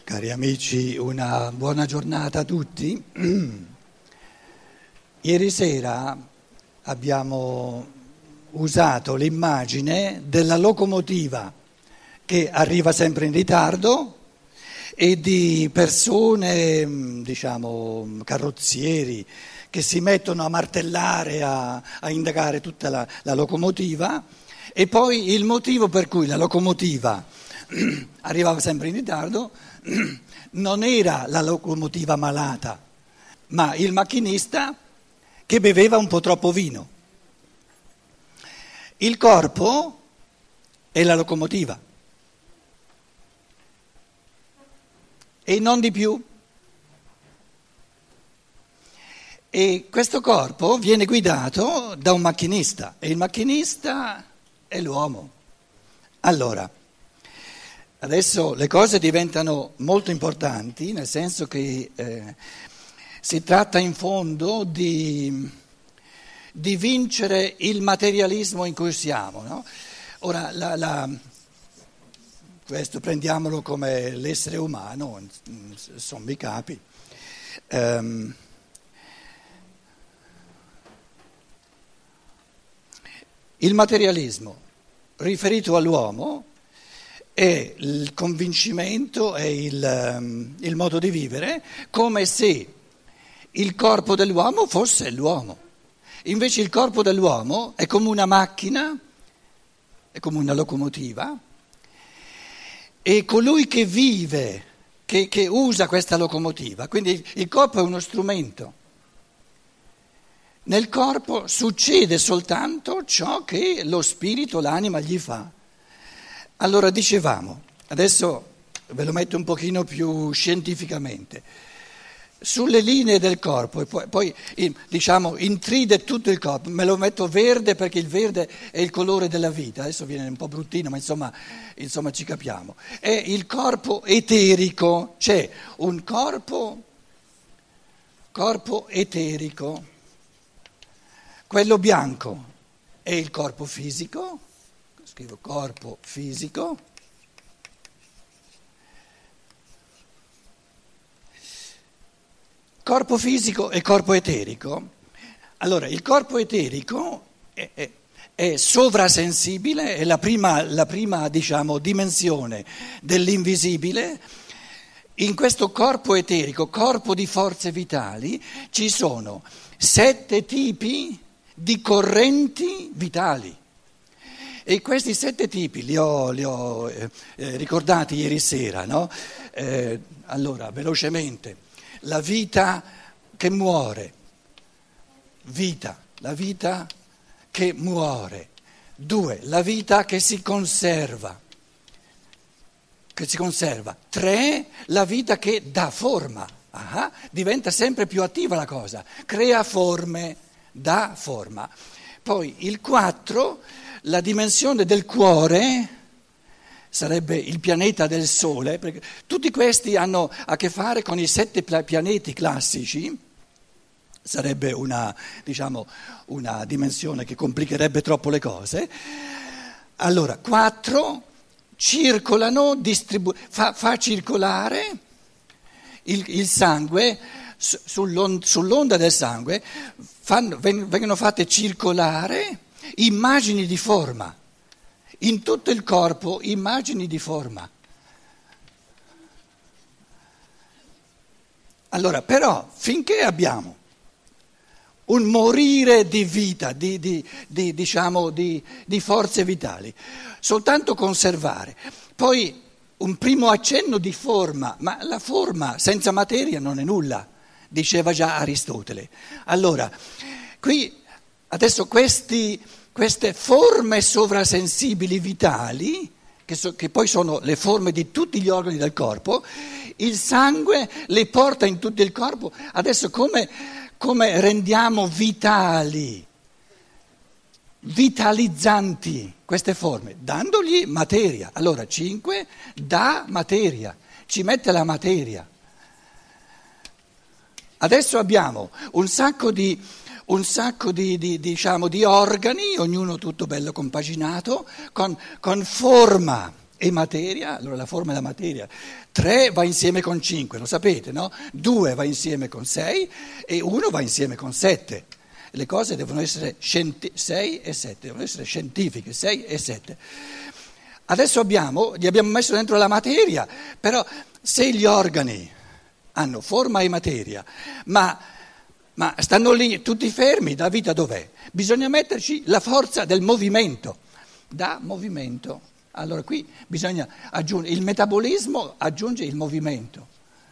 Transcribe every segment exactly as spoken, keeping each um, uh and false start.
Cari amici, una buona giornata a tutti. Ieri sera abbiamo usato l'immagine della locomotiva che arriva sempre in ritardo e di persone, diciamo, carrozzieri che si mettono a martellare, a, a indagare tutta la, la locomotiva, e poi il motivo per cui la locomotiva arrivava sempre in ritardo non era la locomotiva malata, ma il macchinista che beveva un po' troppo vino. Il corpo è la locomotiva e non di più. E questo corpo viene guidato da un macchinista e il macchinista è l'uomo. Allora, adesso le cose diventano molto importanti, nel senso che eh, si tratta in fondo di, di vincere il materialismo in cui siamo, no? Ora, la, la, questo prendiamolo come l'essere umano, sono i capi. Um, il materialismo riferito all'uomo è il convincimento, è il, um, il modo di vivere, come se il corpo dell'uomo fosse l'uomo. Invece il corpo dell'uomo è come una macchina, è come una locomotiva, e colui che vive, che, che usa questa locomotiva, quindi il corpo è uno strumento. Nel corpo succede soltanto ciò che lo spirito, l'anima gli fa. Allora dicevamo, adesso ve lo metto un pochino più scientificamente, sulle linee del corpo, e poi, poi diciamo intride tutto il corpo, me lo metto verde perché il verde è il colore della vita, adesso viene un po' bruttino ma insomma, insomma ci capiamo, è il corpo eterico, c'è un corpo, corpo eterico, quello bianco è il corpo fisico. Scrivo corpo fisico, corpo fisico e corpo eterico. Allora, il corpo eterico è, è, è sovrasensibile, è la prima, la prima, diciamo, dimensione dell'invisibile. In questo corpo eterico, corpo di forze vitali, ci sono sette tipi di correnti vitali. E questi sette tipi li ho, li ho eh, ricordati ieri sera, no? Eh, allora, velocemente, la vita che muore, vita, la vita che muore. Due, la vita che si conserva, che si conserva. Tre, la vita che dà forma. Ah, diventa sempre più attiva la cosa, crea forme, dà forma. Poi il quattro, la dimensione del cuore, sarebbe il pianeta del Sole, perché tutti questi hanno a che fare con i sette pianeti classici, sarebbe una, diciamo, una dimensione che complicherebbe troppo le cose. Allora, quattro, circolano, distribu- fa, fa circolare il, il sangue, sull'on- sull'onda del sangue, fanno, vengono fatte circolare immagini di forma, in tutto il corpo immagini di forma. Allora, però, finché abbiamo un morire di vita, di, di, di, diciamo, di, di forze vitali, soltanto conservare, poi un primo accenno di forma, ma la forma senza materia non è nulla, diceva già Aristotele. Allora, qui adesso questi, queste forme sovrasensibili vitali, che, so, che poi sono le forme di tutti gli organi del corpo, il sangue le porta in tutto il corpo. Adesso come, come rendiamo vitali, vitalizzanti queste forme? Dandogli materia. Allora cinque, dà materia, ci mette la materia. Adesso abbiamo un sacco di... un sacco di, di, diciamo, di organi, ognuno tutto bello compaginato, con, con forma, e materia, allora la forma è la materia. tre va insieme con cinque, lo sapete, no? due va insieme con sei e uno va insieme con sette. Le cose devono essere sei e sette, devono essere scientifiche, sei e sette. Adesso abbiamo, li abbiamo messo dentro la materia, però se gli organi hanno forma e materia, ma, ma stanno lì tutti fermi, la vita dov'è? Bisogna metterci la forza del movimento, da movimento. Allora qui bisogna aggiungere, il metabolismo aggiunge il movimento.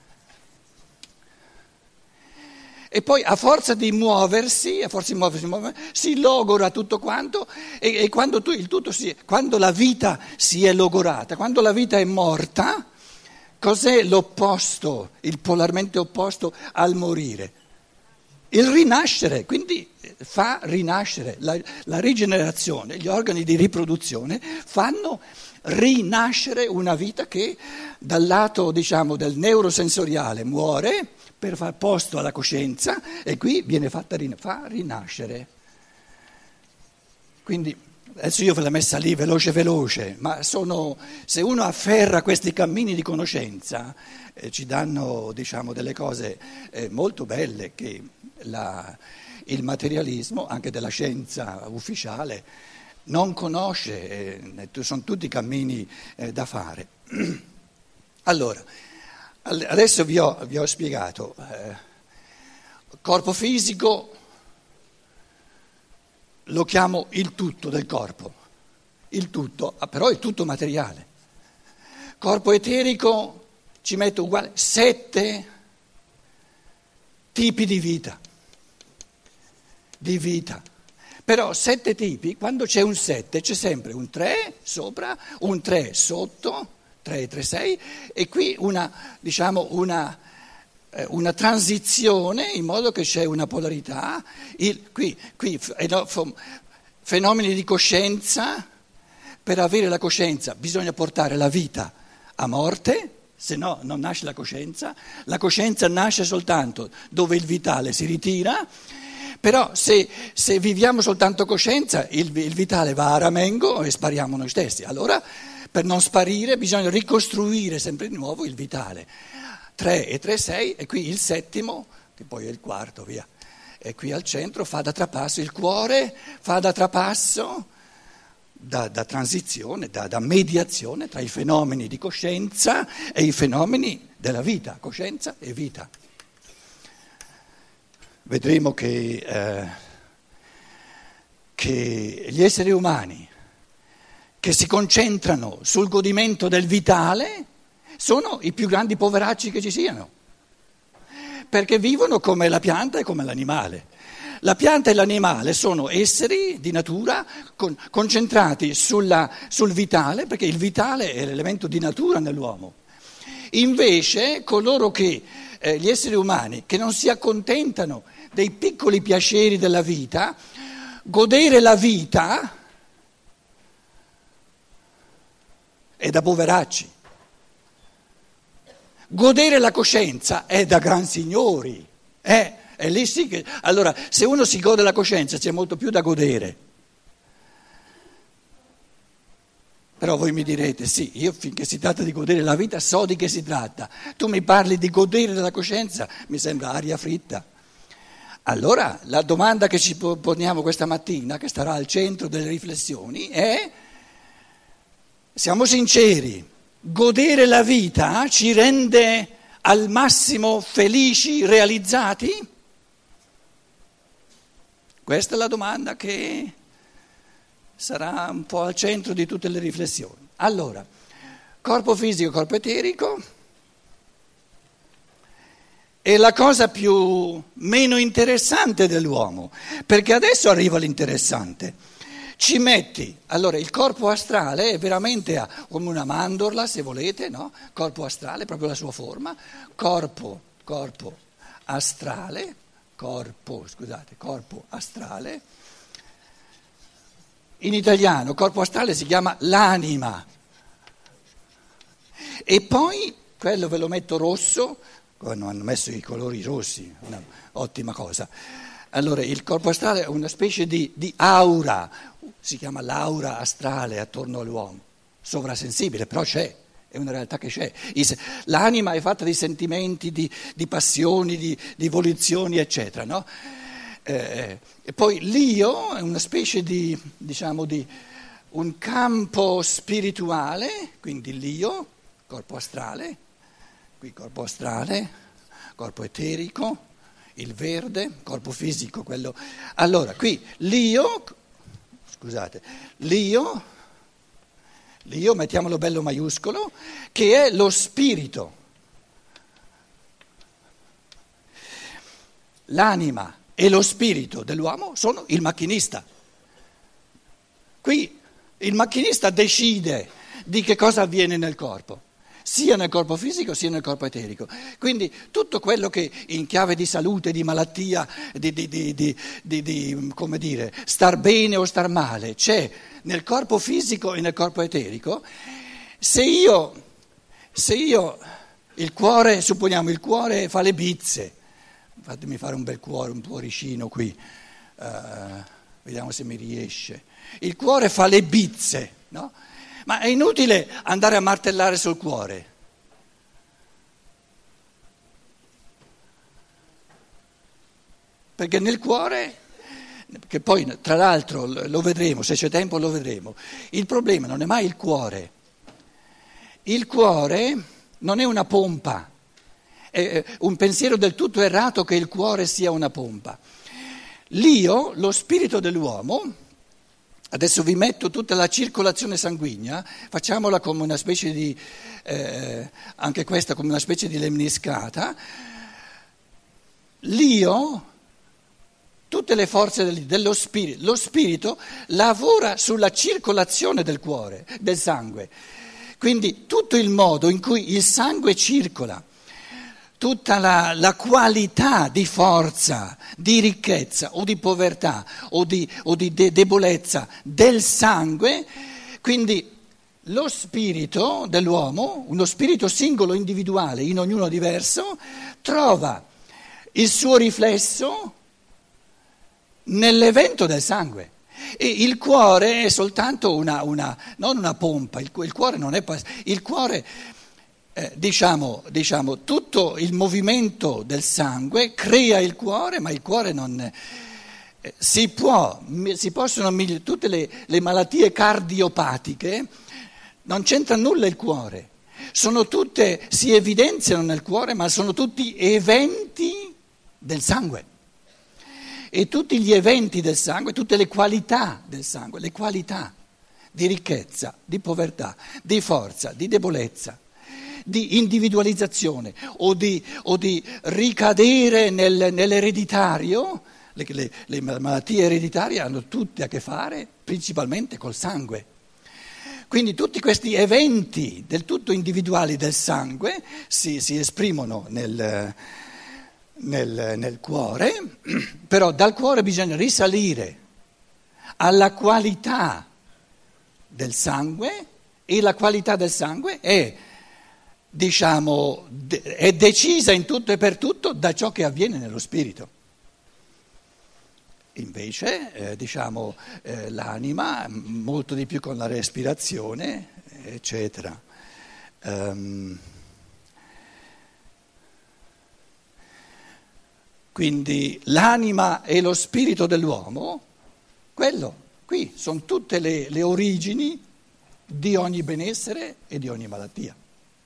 E poi a forza di muoversi, a forza di muoversi, muoversi si logora tutto quanto e, e quando, tu, il tutto si, quando la vita si è logorata, quando la vita è morta, cos'è l'opposto, il polarmente opposto al morire? Il rinascere, quindi fa rinascere, la, la rigenerazione, gli organi di riproduzione fanno rinascere una vita che dal lato, diciamo, del neurosensoriale muore per far posto alla coscienza e qui viene fatta fa rinascere. Quindi adesso io ve l'ho messa lì veloce veloce, ma sono, se uno afferra questi cammini di conoscenza eh, ci danno, diciamo, delle cose eh, molto belle che la, il materialismo, anche della scienza ufficiale, non conosce, eh, sono tutti cammini eh, da fare. Allora, adesso vi ho, vi ho spiegato, eh, corpo fisico lo chiamo il tutto del corpo, il tutto, però è tutto materiale. Corpo eterico ci metto uguale sette tipi di vita, di vita. Però sette tipi, quando c'è un sette c'è sempre un tre sopra, un tre sotto, tre, tre, sei, e qui una, diciamo, una, eh, una transizione in modo che c'è una polarità, il, qui, qui fenomeni di coscienza, per avere la coscienza bisogna portare la vita a morte, se no non nasce la coscienza, la coscienza nasce soltanto dove il vitale si ritira. Però se, se viviamo soltanto coscienza, il, il vitale va a ramengo e spariamo noi stessi. Allora, per non sparire, bisogna ricostruire sempre di nuovo il vitale. tre e tre, sei, e qui il settimo, che poi è il quarto, via. E qui al centro fa da trapasso il cuore, fa da trapasso, da, da transizione, da, da mediazione tra i fenomeni di coscienza e i fenomeni della vita, coscienza e vita. Vedremo che, eh, che gli esseri umani che si concentrano sul godimento del vitale sono i più grandi poveracci che ci siano, perché vivono come la pianta e come l'animale. La pianta e l'animale sono esseri di natura con, concentrati sulla, sul vitale, perché il vitale è l'elemento di natura nell'uomo. Invece coloro che, eh, gli esseri umani, che non si accontentano dei piccoli piaceri della vita, godere la vita è da poveracci, godere la coscienza è da gran signori, eh, è lì sì che... Allora, se uno si gode la coscienza c'è molto più da godere. Però voi mi direte, sì, io finché si tratta di godere la vita so di che si tratta, tu mi parli di godere della coscienza, mi sembra aria fritta. Allora la domanda che ci poniamo questa mattina, che starà al centro delle riflessioni, è: siamo sinceri, godere la vita ci rende al massimo felici, realizzati? Questa è la domanda che sarà un po' al centro di tutte le riflessioni. Allora, corpo fisico, corpo eterico. È la cosa più meno interessante dell'uomo, perché adesso arriva l'interessante. Ci metti, allora il corpo astrale è veramente a, come una mandorla, se volete, no? Corpo astrale, proprio la sua forma, corpo, corpo astrale, corpo, scusate, corpo astrale. In italiano corpo astrale si chiama l'anima. E poi, quello ve lo metto rosso, hanno messo i colori rossi, una ottima cosa. Allora il corpo astrale è una specie di, di aura, si chiama l'aura astrale attorno all'uomo. sovrasensibile, però c'è, è una realtà che c'è. L'anima è fatta di sentimenti, di, di passioni, di, di volizioni, eccetera, no? Eh, e poi l'io è una specie di, diciamo, di un campo spirituale, quindi l'io, corpo astrale, qui corpo astrale, corpo eterico, il verde, corpo fisico, quello. Allora, qui l'io, scusate, l'io, l'io, mettiamolo bello maiuscolo, che è lo spirito. L'anima e lo spirito dell'uomo sono il macchinista. Qui il macchinista decide di che cosa avviene nel corpo, sia nel corpo fisico sia nel corpo eterico. Quindi tutto quello che in chiave di salute, di malattia, di, di, di, di, di, di come dire, star bene o star male, c'è nel corpo fisico e nel corpo eterico. Se io, se io il cuore, supponiamo il cuore fa le bizze, fatemi fare un bel cuore, un cuoricino qui, uh, vediamo se mi riesce. Il cuore fa le bizze, no? Ma è inutile andare a martellare sul cuore. Perché nel cuore, che poi tra l'altro lo vedremo, se c'è tempo lo vedremo, il problema non è mai il cuore. Il cuore non è una pompa. È un pensiero del tutto errato che il cuore sia una pompa. L'io, lo spirito dell'uomo, adesso vi metto tutta la circolazione sanguigna, facciamola come una specie di, eh, anche questa come una specie di lemniscata. L'io, tutte le forze del, dello spirito, lo spirito lavora sulla circolazione del cuore, del sangue. Quindi tutto il modo in cui il sangue circola, tutta la, la qualità di forza, di ricchezza o di povertà o di, o di de- debolezza del sangue, quindi lo spirito dell'uomo, uno spirito singolo, individuale, in ognuno diverso, trova il suo riflesso nell'evento del sangue. E il cuore è soltanto una, una non una pompa, il, il cuore non è il cuore. Eh, diciamo, diciamo, tutto il movimento del sangue crea il cuore, ma il cuore non... Eh, si può, si possono, tutte le, le malattie cardiopatiche, non c'entra nulla il cuore, sono tutte, si evidenziano nel cuore, ma sono tutti eventi del sangue. E tutti gli eventi del sangue, tutte le qualità del sangue, le qualità di ricchezza, di povertà, di forza, di debolezza, di individualizzazione o di, o di ricadere nel, nell'ereditario, le, le, le malattie ereditarie hanno tutte a che fare principalmente col sangue. Quindi tutti questi eventi del tutto individuali del sangue si, si esprimono nel, nel, nel cuore, però dal cuore bisogna risalire alla qualità del sangue e la qualità del sangue è... diciamo, è decisa in tutto e per tutto da ciò che avviene nello spirito. Invece, eh, diciamo, eh, l'anima, molto di più con la respirazione, eccetera. Um, quindi l'anima e lo spirito dell'uomo, quello, qui, sono tutte le, le origini di ogni benessere e di ogni malattia.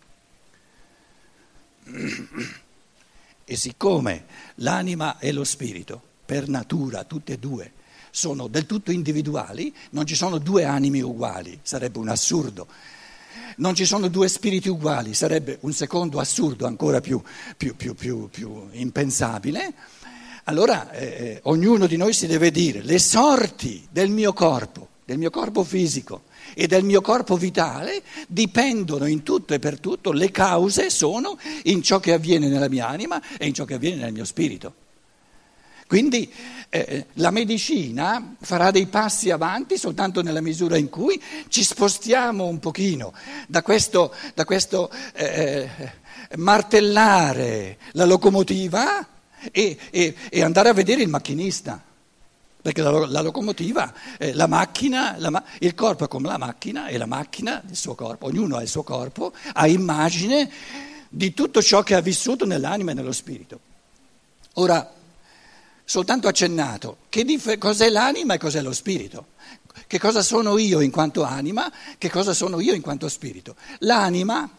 E siccome l'anima e lo spirito, per natura, tutte e due, sono del tutto individuali, non ci sono due anime uguali, sarebbe un assurdo. Non ci sono due spiriti uguali, sarebbe un secondo assurdo ancora più, più, più, più, più impensabile. Allora eh, ognuno di noi si deve dire: le sorti del mio corpo, del mio corpo fisico e del mio corpo vitale dipendono in tutto e per tutto, le cause sono in ciò che avviene nella mia anima e in ciò che avviene nel mio spirito. Quindi eh, la medicina farà dei passi avanti soltanto nella misura in cui ci spostiamo un pochino da questo, da questo eh, martellare la locomotiva e, e, e andare a vedere il macchinista. Perché la, la locomotiva, eh, la macchina, la ma- il corpo è come la macchina e la macchina il suo corpo, ognuno ha il suo corpo, ha immagine di tutto ciò che ha vissuto nell'anima e nello spirito. Ora, soltanto accennato, che dif- cos'è l'anima e cos'è lo spirito? Che cosa sono io in quanto anima, che cosa sono io in quanto spirito? L'anima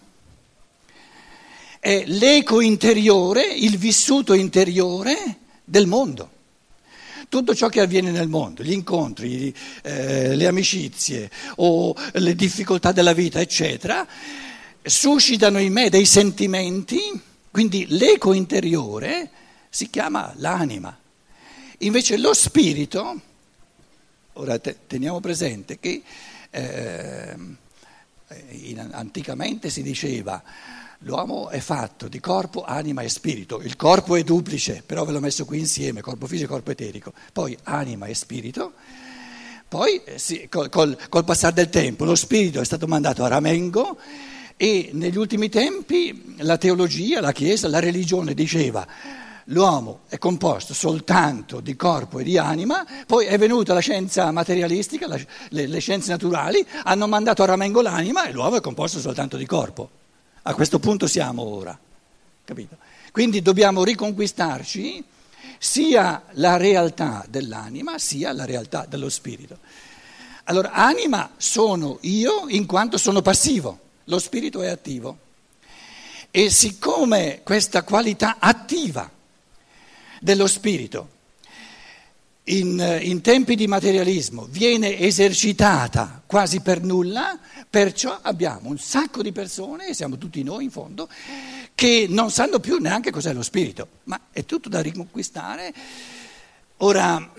è l'eco interiore, il vissuto interiore del mondo. Tutto ciò che avviene nel mondo, gli incontri, eh, le amicizie o le difficoltà della vita, eccetera, suscitano in me dei sentimenti, quindi l'eco interiore si chiama l'anima. Invece lo spirito, ora te, teniamo presente che eh, in, anticamente si diceva l'uomo è fatto di corpo, anima e spirito, il corpo è duplice, però ve l'ho messo qui insieme, corpo fisico e corpo eterico, poi anima e spirito, poi sì, col, col, col passare del tempo lo spirito è stato mandato a ramengo e negli ultimi tempi la teologia, la Chiesa, la religione diceva l'uomo è composto soltanto di corpo e di anima, poi è venuta la scienza materialistica, la, le, le scienze naturali, hanno mandato a ramengo l'anima e l'uomo è composto soltanto di corpo. A questo punto siamo ora, capito? Quindi dobbiamo riconquistarci sia la realtà dell'anima sia la realtà dello spirito. Allora, anima sono io in quanto sono passivo, lo spirito è attivo. E siccome questa qualità attiva dello spirito in, in tempi di materialismo viene esercitata quasi per nulla, perciò abbiamo un sacco di persone, e siamo tutti noi in fondo, che non sanno più neanche cos'è lo spirito, ma è tutto da riconquistare. Ora,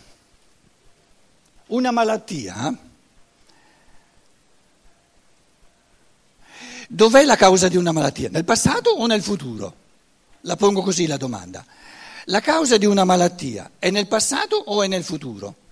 una malattia, dov'è la causa di una malattia? Nel passato o nel futuro? La pongo così la domanda. La causa di una malattia è nel passato o è nel futuro?